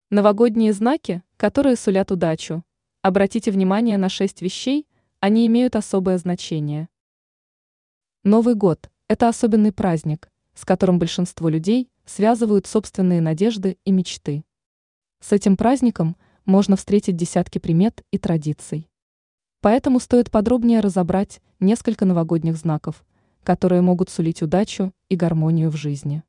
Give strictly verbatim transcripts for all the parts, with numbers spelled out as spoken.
Новогодние знаки, которые сулят удачу. Обратите внимание на шесть вещей, они имеют особое значение. Новый год– это особенный праздник, с которым большинство людей связывают собственные надежды и мечты. С этим праздником можно встретить десятки примет и традиций. Поэтому стоит подробнее разобрать несколько новогодних знаков, которые могут сулить удачу и гармонию в жизни.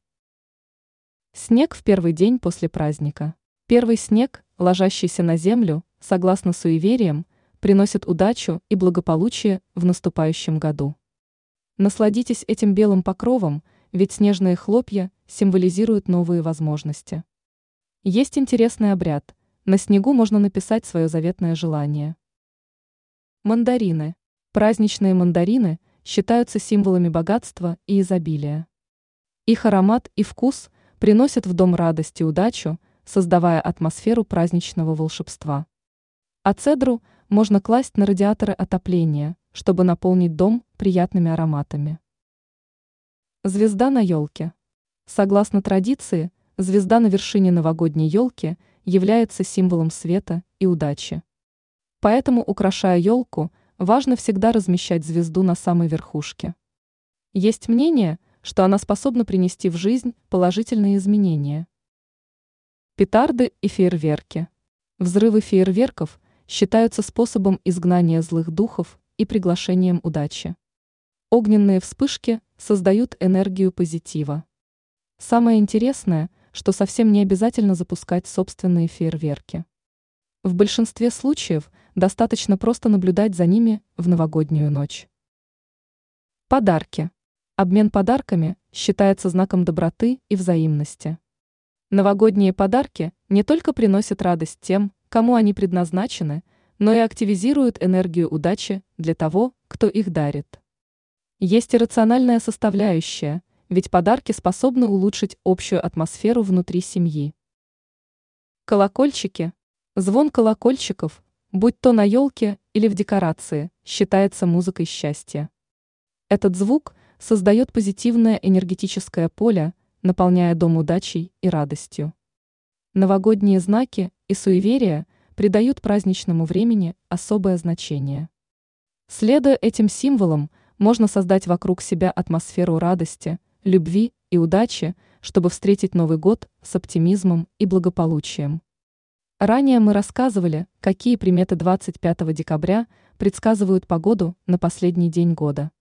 Снег в первый день после праздника. Первый снег, ложащийся на землю, согласно суевериям, приносит удачу и благополучие в наступающем году. Насладитесь этим белым покровом, ведь снежные хлопья символизируют новые возможности. Есть интересный обряд. На снегу можно написать свое заветное желание. Мандарины. Праздничные мандарины считаются символами богатства и изобилия. Их аромат и вкус приносят в дом радость и удачу, создавая атмосферу праздничного волшебства. А цедру можно класть на радиаторы отопления, чтобы наполнить дом приятными ароматами. Звезда на елке. Согласно традиции, звезда на вершине новогодней елки является символом света и удачи. Поэтому, украшая елку, важно всегда размещать звезду на самой верхушке. Есть мнение, что она способна принести в жизнь положительные изменения. Петарды и фейерверки. Взрывы фейерверков считаются способом изгнания злых духов и приглашением удачи. Огненные вспышки создают энергию позитива. Самое интересное, что совсем не обязательно запускать собственные фейерверки. В большинстве случаев достаточно просто наблюдать за ними в новогоднюю ночь. Подарки. Обмен подарками считается знаком доброты и взаимности. Новогодние подарки не только приносят радость тем, кому они предназначены, но и активизируют энергию удачи для того, кто их дарит. Есть и рациональная составляющая, ведь подарки способны улучшить общую атмосферу внутри семьи. Колокольчики. Звон колокольчиков, будь то на елке или в декорации, считается музыкой счастья. Этот звук создает позитивное энергетическое поле, наполняя дом удачей и радостью. Новогодние знаки и суеверия придают праздничному времени особое значение. Следуя этим символам, можно создать вокруг себя атмосферу радости, любви и удачи, чтобы встретить Новый год с оптимизмом и благополучием. Ранее мы рассказывали, какие приметы двадцать пятого декабря предсказывают погоду на последний день года.